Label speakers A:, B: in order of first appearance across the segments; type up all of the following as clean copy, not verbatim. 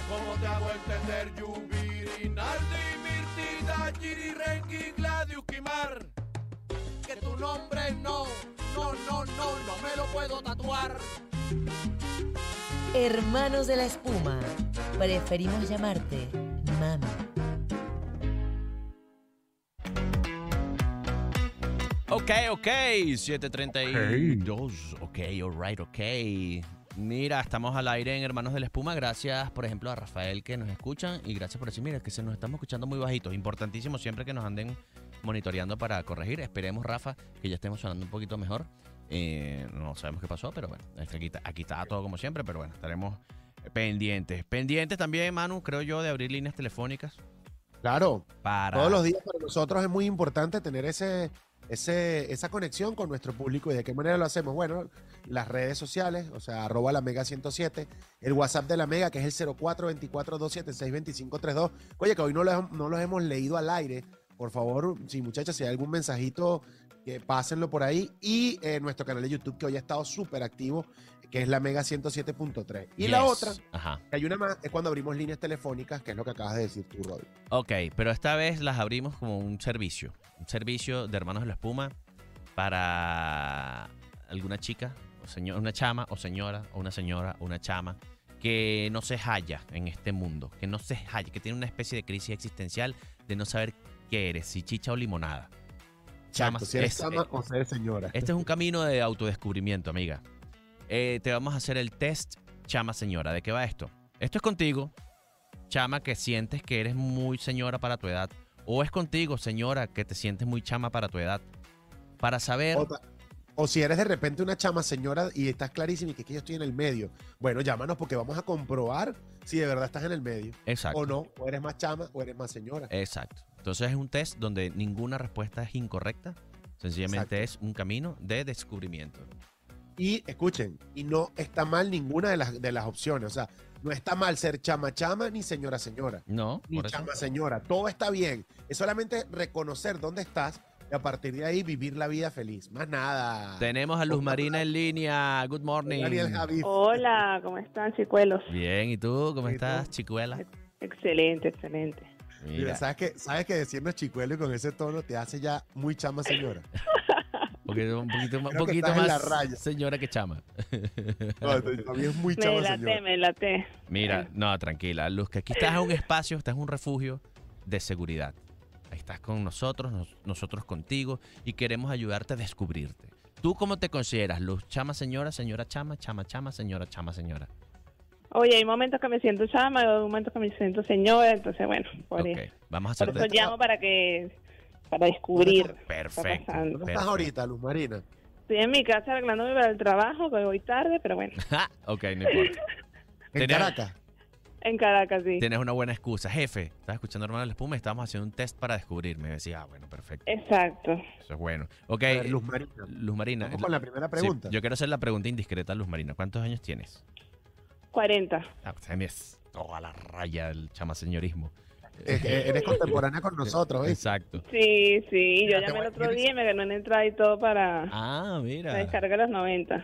A: ¿Cómo te hago entender? Yubiri, Nardi, Mirti, Dajiri, Renki, Gladius, Kimar. Que tu nombre no me lo puedo tatuar.
B: Hermanos de la espuma, preferimos llamarte mami.
C: Ok, 7:32. Ok, alright, ok. Mira, estamos al aire en Hermanos de la Espuma. Gracias, por ejemplo, a Rafael que nos escuchan. Y gracias por decir, mira, que se nos estamos escuchando muy bajitos. Importantísimo siempre que nos anden monitoreando para corregir. Esperemos, Rafa, que ya estemos sonando un poquito mejor. No sabemos qué pasó, pero bueno, aquí está todo como siempre. Pero bueno, estaremos pendientes. Pendientes también, Manu, creo yo, de abrir líneas telefónicas.
D: Claro, todos los días para nosotros es muy importante tener esa conexión con nuestro público. ¿Y de qué manera lo hacemos? Bueno, las redes sociales, o sea, @LaMega107, el WhatsApp de La Mega, que es el 0424-276-2532. Oye, que hoy no los hemos leído al aire. Por favor, sí, muchachas, si hay algún mensajito, pásenlo por ahí. Y nuestro canal de YouTube, que hoy ha estado súper activo, que es La Mega 107.3. Y la otra, que hay una más, es cuando abrimos líneas telefónicas, que es lo que acabas de decir tú, Roy.
C: Ok, pero esta vez las abrimos como un servicio de Hermanos de la Espuma para alguna chica, una chama, o señora, o una señora, o una chama, que no se halla en este mundo, que no se halla, que tiene una especie de crisis existencial de no saber qué eres, si chicha o limonada.
D: Chamas, si eres chama o si eres señora.
C: Este es un camino de autodescubrimiento, amiga. Te vamos a hacer el test chama señora. ¿De qué va esto? Esto es contigo, chama, que sientes que eres muy señora para tu edad. O es contigo, señora, que te sientes muy chama para tu edad. Para saber...
D: O si eres de repente una chama señora y estás clarísimo y que yo estoy en el medio. Bueno, llámanos porque vamos a comprobar si de verdad estás en el medio.
C: Exacto.
D: O no, o eres más chama o eres más señora.
C: Exacto. Entonces es un test donde ninguna respuesta es incorrecta. Sencillamente es un camino de descubrimiento.
D: Y escuchen, y no está mal ninguna de las opciones. O sea, no está mal ser chama ni señora señora.
C: No.
D: Ni chama señora. Todo está bien. Es solamente reconocer dónde estás y a partir de ahí vivir la vida feliz. Más nada.
C: Tenemos a Luz Marina en línea. Good morning.
E: Hola, ¿cómo están, chicuelos?
C: Bien, ¿y tú? ¿Cómo estás, chicuela?
E: Excelente.
D: Mira, ¿sabes que decirnos chicuelo y con ese tono te hace ya muy chama señora?
C: Un poquito más señora que chama.
D: No, también es muy chama señora.
E: Me late.
C: Mira, no, tranquila, Luz, que aquí estás en un espacio, estás en un refugio de seguridad. Ahí estás con nosotros, nosotros contigo, y queremos ayudarte a descubrirte. ¿Tú cómo te consideras, Luz? ¿Chama señora, señora chama, chama, señora chama, señora?
E: Oye, hay momentos que me siento chama, hay momentos que me siento señora, entonces bueno, por
C: vamos a hacer
E: eso llamo para descubrir.
C: Perfecto.
D: ¿Dónde estás ahorita, Luz Marina?
E: Estoy en mi casa arreglándome para el trabajo, que voy tarde, pero bueno.
C: Ok, no importa.
D: ¿En Caracas?
E: En Caracas, sí.
C: Tienes una buena excusa. Jefe, estás escuchando Hermanos de la Espuma y estábamos haciendo un test para descubrirme. Me decía, bueno, perfecto.
E: Exacto.
C: Eso es bueno. Ok,
D: ver, Luz Marina.
C: Vamos
D: con la primera pregunta.
C: Sí, yo quiero hacer la pregunta indiscreta, Luz Marina. ¿Cuántos años tienes?
E: 40.
C: Tienes toda la raya del chamaseñorismo.
D: Eres contemporánea con nosotros, ¿eh?
C: Exacto.
E: Sí. Yo llamé el otro día y me ganó una entrada y todo para
C: mira.
E: la descarga de los 90.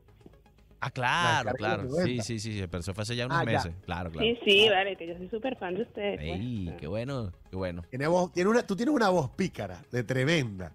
C: Claro. Sí, pero eso fue hace ya unos meses. Ya. Claro.
E: Sí, vale, que yo soy súper fan de ustedes.
C: Ey,
E: pues.
C: qué bueno.
D: Tú tienes una voz pícara, de tremenda.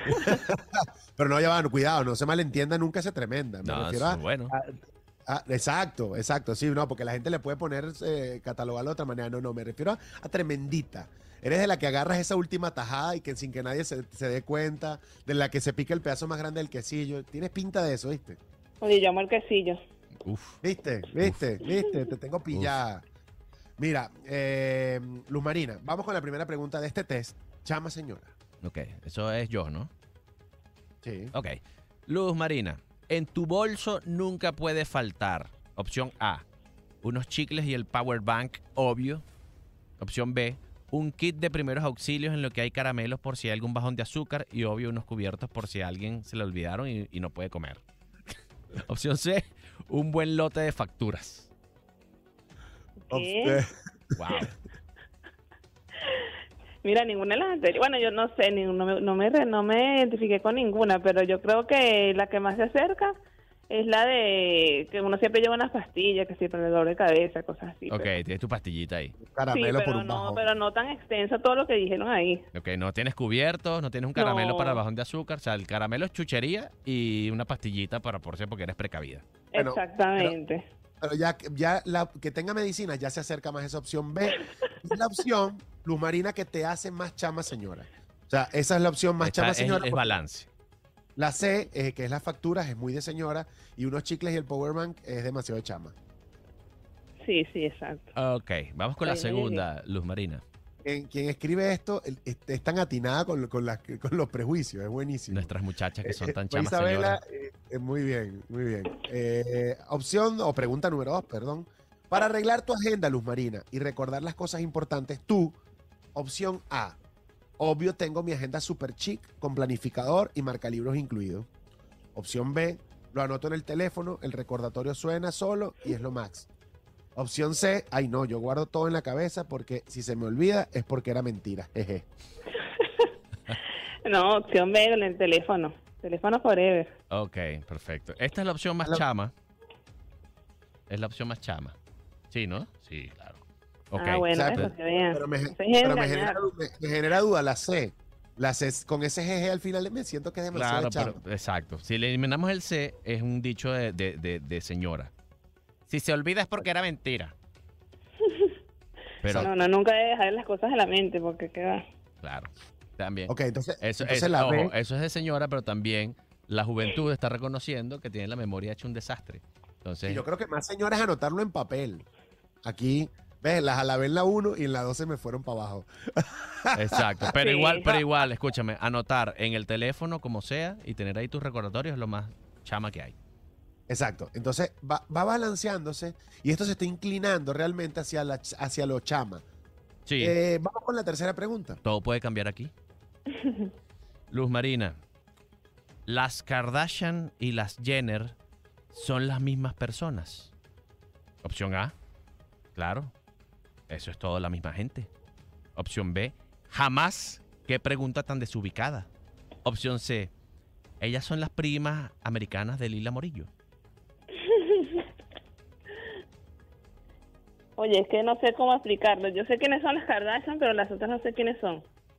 D: Pero no, ya van, cuidado, no se malentienda nunca ese tremenda. Me refiero a,
C: bueno.
D: Exacto, sí, no, porque la gente le puede poner, catalogarlo de otra manera. No, me refiero a tremendita. Eres de la que agarras esa última tajada y que sin que nadie se dé cuenta, de la que se pica el pedazo más grande del quesillo. Tienes pinta de eso, ¿viste?
E: Oye, yo amo el quesillo.
D: ¿Viste? Te tengo pillada. Mira, Luz Marina, vamos con la primera pregunta de este test. Chama señora.
C: Ok, eso es yo, ¿no?
D: Sí.
C: Ok. Luz Marina, en tu bolso nunca puede faltar. Opción A, unos chicles y el power bank, obvio. Opción B, un kit de primeros auxilios en lo que hay caramelos por si hay algún bajón de azúcar y obvio unos cubiertos por si a alguien se le olvidaron y no puede comer. Opción C, un buen lote de facturas.
E: ¿Qué?
C: Wow.
E: Mira, ninguna de las anteriores. Bueno, yo no sé, no me identifiqué con ninguna, pero yo creo que la que más se acerca Es la de que uno siempre lleva unas pastillas, que sí, para el dolor de cabeza, cosas así.
C: Ok,
E: pero-
C: tienes tu pastillita ahí.
D: Caramelo
E: sí,
D: por
E: pero
D: un
E: no,
D: bajón.
E: pero no tan extenso todo lo que dijeron ahí.
C: Ok, no tienes cubiertos, no tienes un caramelo
E: No.
C: para el bajón de azúcar. O sea, el caramelo es chuchería y una pastillita para por si porque eres precavida.
D: Bueno,
E: Exactamente.
D: Pero ya la que tenga medicina ya se acerca más a esa opción B. Y la opción, Luz Marina, que te hace más chama señora. O sea, esa es la opción más
C: Esta
D: chama
C: es,
D: señora.
C: es
D: porque
C: balance.
D: La C, que es las facturas, es muy de señora. Y unos chicles y el powerbank es demasiado de chama.
E: Sí, sí, exacto.
C: Ok, vamos con la
E: Ahí me
C: segunda, Luz Marina.
D: Quien escribe esto es tan atinada con los prejuicios. Es buenísimo.
C: Nuestras muchachas que son tan
D: Fue
C: chamas
D: Isabela,
C: señoras.
D: muy bien, muy bien. Opción o pregunta número 2, perdón. Para arreglar tu agenda, Luz Marina, y recordar las cosas importantes, tú, opción A. Obvio, tengo mi agenda super chic, con planificador y marcalibros incluido. Opción B. Lo anoto en el teléfono, el recordatorio suena solo y es lo max. Opción C. Ay, no, yo guardo todo en la cabeza porque si se me olvida es porque era mentira. Jeje.
E: No, opción B en el teléfono. Teléfono forever.
C: Ok, perfecto. Esta es la opción más
D: La-
C: chama. Es la opción más chama. Sí, ¿no? Sí, claro. Ok.
E: Ah, bueno,
D: exacto.
E: eso que vean.
D: Pero me,
E: Eso es
D: pero me
E: engañar.
D: genera duda la C. La C con ese GG al final me siento que es demasiado
C: Claro,
D: chamo.
C: pero, exacto. Si le eliminamos el C, es un dicho de señora. Si se olvida es porque era mentira. Pero,
E: No, nunca debe dejar las cosas en la mente porque queda.
C: claro, también.
D: Ok, entonces,
C: Eso,
D: la
C: ojo,
D: B.
C: eso es de señora, pero también la juventud está reconociendo que tiene la memoria hecha un desastre. Entonces,
D: Y yo creo que más señoras anotarlo en papel. Aquí, ves, las alabé en la 1 y en la 2 se me fueron para abajo.
C: exacto. Pero
E: Sí.
C: igual, escúchame, anotar en el teléfono como sea y tener ahí tus recordatorios es lo más chama que hay.
D: Exacto. Entonces va balanceándose y esto se está inclinando realmente hacia lo chama.
C: Sí,
D: Vamos con la tercera pregunta.
C: todo puede cambiar aquí. Luz Marina, ¿las Kardashian y las Jenner son las mismas personas? Opción A, claro, eso es todo la misma gente. Opción B, jamás. Qué pregunta tan desubicada. Opción C, ellas son las primas americanas de Lila Morillo.
E: Oye, es que no sé cómo explicarlo. Yo sé quiénes son las Kardashian, pero las otras no sé quiénes son.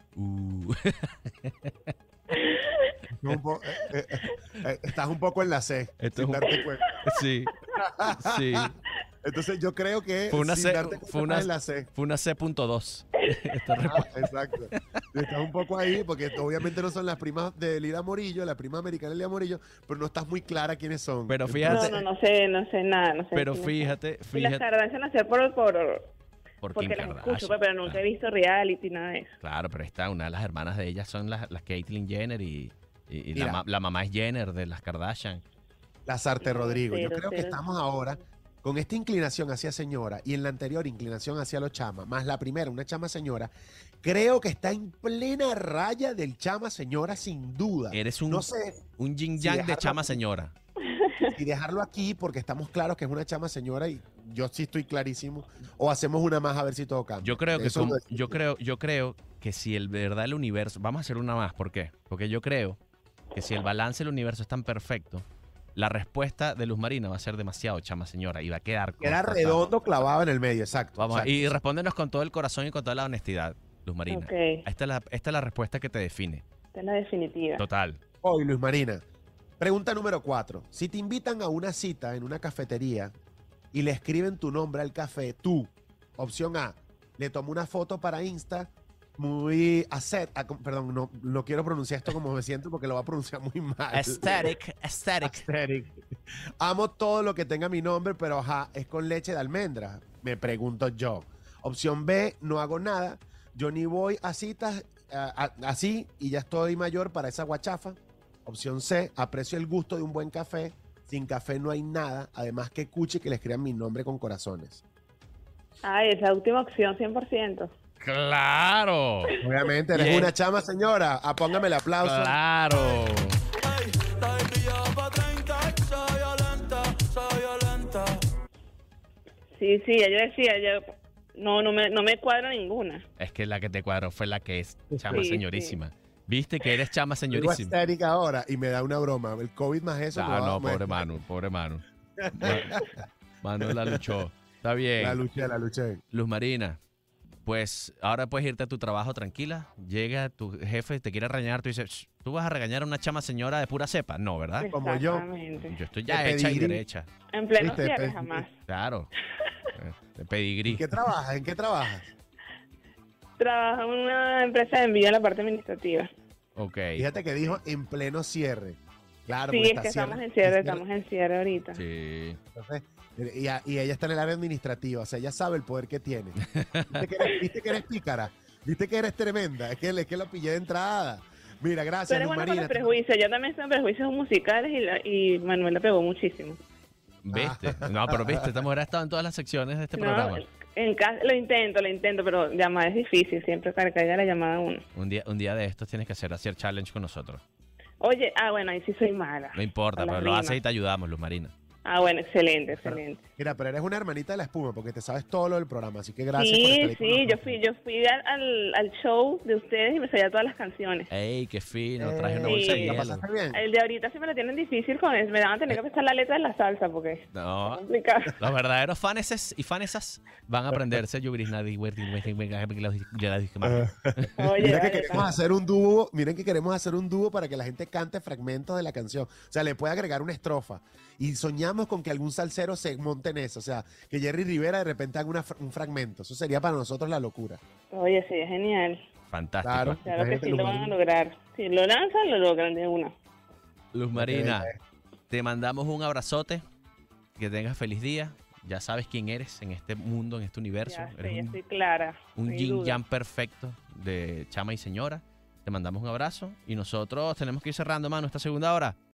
D: Estás un poco en la C,
C: Esto
D: sin
C: es un-
D: darte cuenta.
C: Sí, sí.
D: Entonces yo creo que
C: Fue una
D: sin
C: C,
D: darte cuenta
C: fue una,
D: estás en la C.
C: fue una C.2. Esta respuesta.
D: Exacto. Estás un poco ahí porque obviamente no son las primas de Lila Morillo, la prima americana de Lila Morillo, pero no estás muy clara quiénes son.
C: Pero
D: Entonces,
C: fíjate-
E: No sé nada. No sé
C: Pero
E: quiénes
C: fíjate,
E: son. Y las Kardashian nacer
C: por
E: porque
C: Kim
E: las escucho,
C: Kardashian.
E: pues, pero nunca he visto reality, nada de eso.
C: Claro, pero está una de las hermanas de ellas son las Caitlyn Jenner y la,
D: Mira.
C: la mamá es Jenner de las Kardashian.
D: Lazarte Rodrigo. Yo
E: Cero,
D: creo que
E: cero.
D: estamos ahora con esta inclinación hacia señora y en la anterior inclinación hacia los chamas, más la primera, una chama señora, creo que está en plena raya del chama señora sin duda.
C: Eres un,
D: No sé
C: un yin
D: si
C: yang de
D: dejarlo
C: chama
D: aquí.
C: señora.
D: si dejarlo aquí porque estamos claros que es una chama señora y yo sí estoy clarísimo. O hacemos una más a ver si todo cambia.
C: Yo creo que
D: Eso
C: como-
D: lo decido.
C: yo creo que si el verdad el universo, vamos a hacer una más, ¿por qué? Porque yo creo que si el balance del universo es tan perfecto, la respuesta de Luz Marina va a ser demasiado chama señora y va a quedar
D: Queda
C: corta.
D: redondo clavado en el medio, exacto.
C: Vamos,
D: exacto.
C: y respóndenos con todo el corazón y con toda la honestidad, Luz Marina.
E: Ok,
C: Esta es la respuesta que te define.
E: esta es la definitiva.
C: Total.
D: Hoy, Luis Marina. Pregunta número 4. Si te invitan a una cita en una cafetería y le escriben tu nombre al café, tú, opción A, le tomo una foto para Insta, perdón, no quiero pronunciar esto como me siento porque lo va a pronunciar muy mal.
C: Aesthetic.
D: Aesthetic. Amo todo lo que tenga mi nombre, pero ajá, es con leche de almendra, me pregunto yo. Opción B, no hago nada. Yo ni voy a citas así y ya estoy mayor para esa guachafa. Opción C, aprecio el gusto de un buen café. Sin café no hay nada. Además que cuche que le escriban mi nombre con corazones.
E: Ay, es la última opción, 100%.
C: ¡Claro!
D: Obviamente, eres
C: Bien.
D: una chama, señora. Póngame el aplauso.
C: ¡Claro!
E: Sí, ya yo decía, no me cuadra ninguna.
C: Es que la que te cuadró fue la que es chama
E: Sí,
C: señorísima. Viste que eres chama
D: Digo
C: señorísima.
D: estética ahora y me da una broma. El COVID más eso.
C: Ah,
D: me va-
C: no,
D: me-
C: pobre Manu, pobre Manu. Manu la luchó. Está bien.
D: La luché.
C: Luz Marina, pues ahora puedes irte a tu trabajo tranquila. Llega tu jefe, te quiere regañar, tú dices, "Shh, ¿tú vas a regañar a una chama señora de pura cepa?" No, ¿verdad?
D: Como yo.
E: Exactamente.
C: Yo estoy ya
D: De
C: hecha y
D: pedigrí.
C: derecha.
E: En pleno
D: ¿Viste?
E: cierre
D: Pues,
E: jamás.
C: Claro. De
D: ¿En
C: pedigrí.
D: qué trabajas? ¿En qué trabajas?
E: Trabajo en una empresa de envío en la parte administrativa.
C: Ok.
D: Fíjate que dijo en pleno cierre. Claro,
E: Sí,
D: porque
E: es
D: está
E: que estamos
D: cierre-
E: en cierre,
D: está
E: estamos en cierre ahorita.
C: Sí.
D: Entonces, y ella está en el área administrativa, o sea, ella sabe el poder que tiene. ¿Viste que eres pícara? ¿Viste que eres tremenda? Es que lo pillé de entrada. Mira, gracias,
E: Pero es
D: Luz
E: bueno con
D: Marina.
E: los prejuicios. Yo también estoy en prejuicios musicales y Manuel la pegó muchísimo.
C: ¿Viste? No, pero viste, esta mujer ha estado en todas las secciones de este
E: No,
C: programa.
E: en casa, lo intento, pero llamar es difícil. Siempre que caiga la llamada a uno.
C: Un día de estos tienes que hacer challenge con nosotros.
E: Oye, bueno, ahí sí soy mala.
C: No importa,
E: Con las
C: pero lo haces y
E: rimas.
C: te ayudamos, Luz Marina.
E: Bueno, excelente.
D: Mira, pero eres una hermanita de la espuma porque te sabes todo lo del programa, así que gracias por estar
E: Sí,
D: ahí con
E: sí,
D: nosotros.
E: yo fui al show de ustedes y me sabía todas las canciones.
C: ¡Ey, qué fino! Traje una
E: Sí.
C: bolsa de
D: ¿La
C: hielo.
D: pasaste bien?
E: El de ahorita sí me lo tienen difícil con eso. Me daban a tener que prestar la letra de la salsa porque es
C: No,
E: complicado.
C: los verdaderos faneses y fanesas van a aprenderse
E: Oye,
D: Mira que
E: vale,
D: queremos hacer un dúo, miren que queremos hacer un dúo para que la gente cante fragmentos de la canción. O sea, le puede agregar una estrofa. Y soñamos con que algún salsero se monte en eso. O sea, que Jerry Rivera de repente haga un fragmento. Eso sería para nosotros la locura.
E: Oye, sí, es genial.
C: Fantástico.
D: Claro.
E: Claro que
D: Imagínate,
E: sí
D: Luz
E: lo van a
D: Marina.
E: lograr. Si lo lanzan, lo logran de una.
C: Luz Marina, te mandamos un abrazote. Que tengas feliz día. Ya sabes quién eres en este mundo, en este universo.
E: Ya sé,
C: Eres
E: ya
C: un,
E: estoy clara.
C: un
E: no hay
C: yin
E: duda.
C: yang perfecto de chama y señora. Te mandamos un abrazo y nosotros tenemos que ir cerrando, mano, esta segunda hora.